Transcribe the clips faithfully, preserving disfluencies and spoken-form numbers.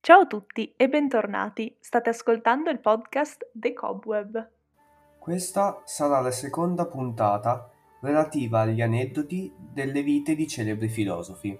Ciao a tutti e bentornati, state ascoltando il podcast The Cobweb. Questa sarà la seconda puntata relativa agli aneddoti delle vite di celebri filosofi.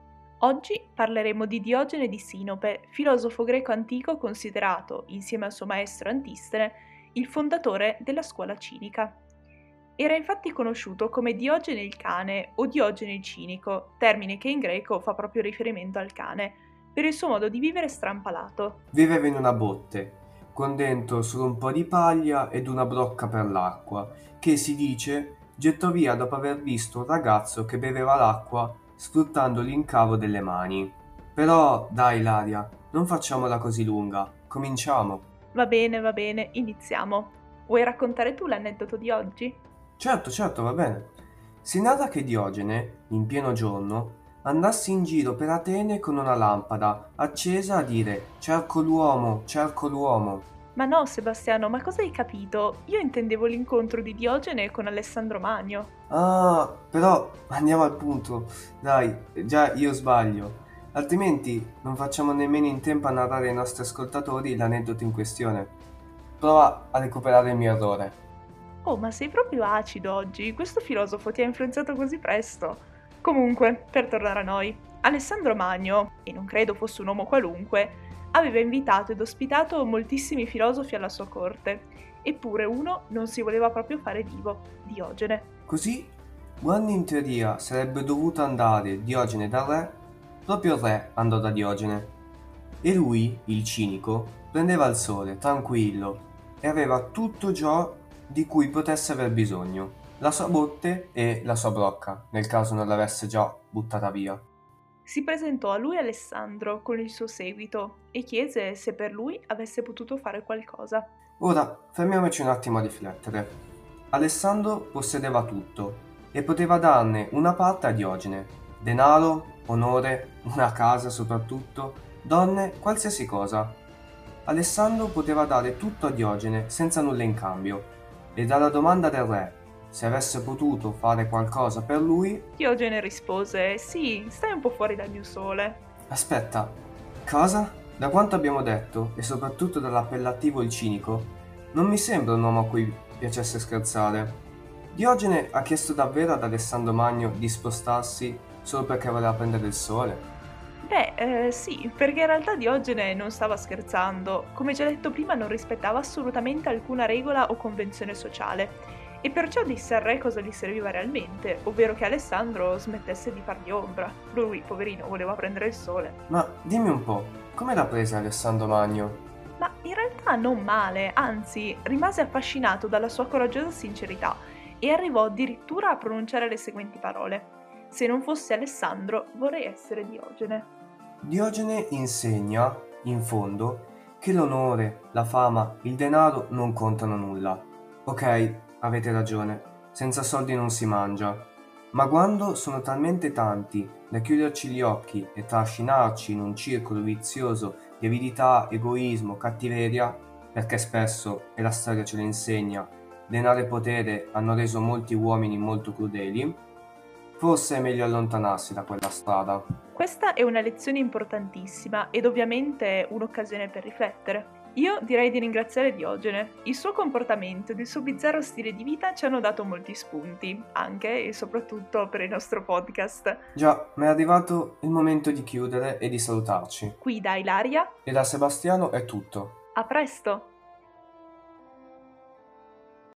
Oggi parleremo di Diogene di Sinope, filosofo greco antico considerato, insieme al suo maestro Antistene, il fondatore della scuola cinica. Era infatti conosciuto come Diogene il cane o Diogene il cinico, termine che in greco fa proprio riferimento al cane, per il suo modo di vivere strampalato. Viveva in una botte, con dentro solo un po' di paglia ed una brocca per l'acqua, che si dice gettò via dopo aver visto un ragazzo che beveva l'acqua sfruttando l'incavo delle mani. Però dai Ilaria, non facciamola così lunga, cominciamo. Va bene, va bene, iniziamo. Vuoi raccontare tu l'aneddoto di oggi? Certo, certo, va bene. Si narra che Diogene, in pieno giorno, andasse in giro per Atene con una lampada accesa a dire «Cerco l'uomo, cerco l'uomo». Ma no, Sebastiano, ma cosa hai capito? Io intendevo l'incontro di Diogene con Alessandro Magno. Ah, però andiamo al punto. Dai, già io sbaglio. Altrimenti non facciamo nemmeno in tempo a narrare ai nostri ascoltatori l'aneddoto in questione. Prova a recuperare il mio errore. Oh, ma sei proprio acido oggi, questo filosofo ti ha influenzato così presto. Comunque, per tornare a noi, Alessandro Magno, e non credo fosse un uomo qualunque, aveva invitato ed ospitato moltissimi filosofi alla sua corte, eppure uno non si voleva proprio fare vivo, Diogene. Così, quando in teoria sarebbe dovuto andare Diogene dal re, proprio il re andò da Diogene. E lui, il cinico, prendeva il sole, tranquillo, e aveva tutto ciò di cui potesse aver bisogno, la sua botte e la sua brocca, nel caso non l'avesse già buttata via. Si presentò a lui Alessandro con il suo seguito e chiese se per lui avesse potuto fare qualcosa. Ora, fermiamoci un attimo a riflettere. Alessandro possedeva tutto e poteva darne una parte a Diogene: denaro, onore, una casa soprattutto, donne, qualsiasi cosa. Alessandro poteva dare tutto a Diogene senza nulla in cambio, e dalla domanda del re se avesse potuto fare qualcosa per lui, Diogene rispose: Sì, stai un po' fuori dal mio sole. aspetta, cosa? Da quanto abbiamo detto, e soprattutto dall'appellativo il cinico, non mi sembra un uomo a cui piacesse scherzare. Diogene ha chiesto davvero ad Alessandro Magno di spostarsi solo perché voleva prendere il sole? Beh, eh, sì, perché in realtà Diogene non stava scherzando. Come già detto prima, non rispettava assolutamente alcuna regola o convenzione sociale. E perciò disse al re cosa gli serviva realmente, ovvero che Alessandro smettesse di fargli ombra. Lui, poverino, voleva prendere il sole. Ma dimmi un po', come l'ha presa Alessandro Magno? Ma in realtà non male, anzi, rimase affascinato dalla sua coraggiosa sincerità e arrivò addirittura a pronunciare le seguenti parole: Se non fosse Alessandro, vorrei essere Diogene. Diogene insegna, in fondo, che l'onore, la fama, il denaro non contano nulla. Ok, avete ragione, senza soldi non si mangia. Ma quando sono talmente tanti da chiuderci gli occhi e trascinarci in un circolo vizioso di avidità, egoismo, cattiveria, perché spesso, e la storia ce lo insegna, denaro e potere hanno reso molti uomini molto crudeli, forse è meglio allontanarsi da quella strada. Questa è una lezione importantissima ed ovviamente un'occasione per riflettere. Io direi di ringraziare Diogene. Il suo comportamento ed il suo bizzarro stile di vita ci hanno dato molti spunti, anche e soprattutto per il nostro podcast. Già, ma è arrivato il momento di chiudere e di salutarci. Qui da Ilaria, E da Sebastiano è tutto. a presto!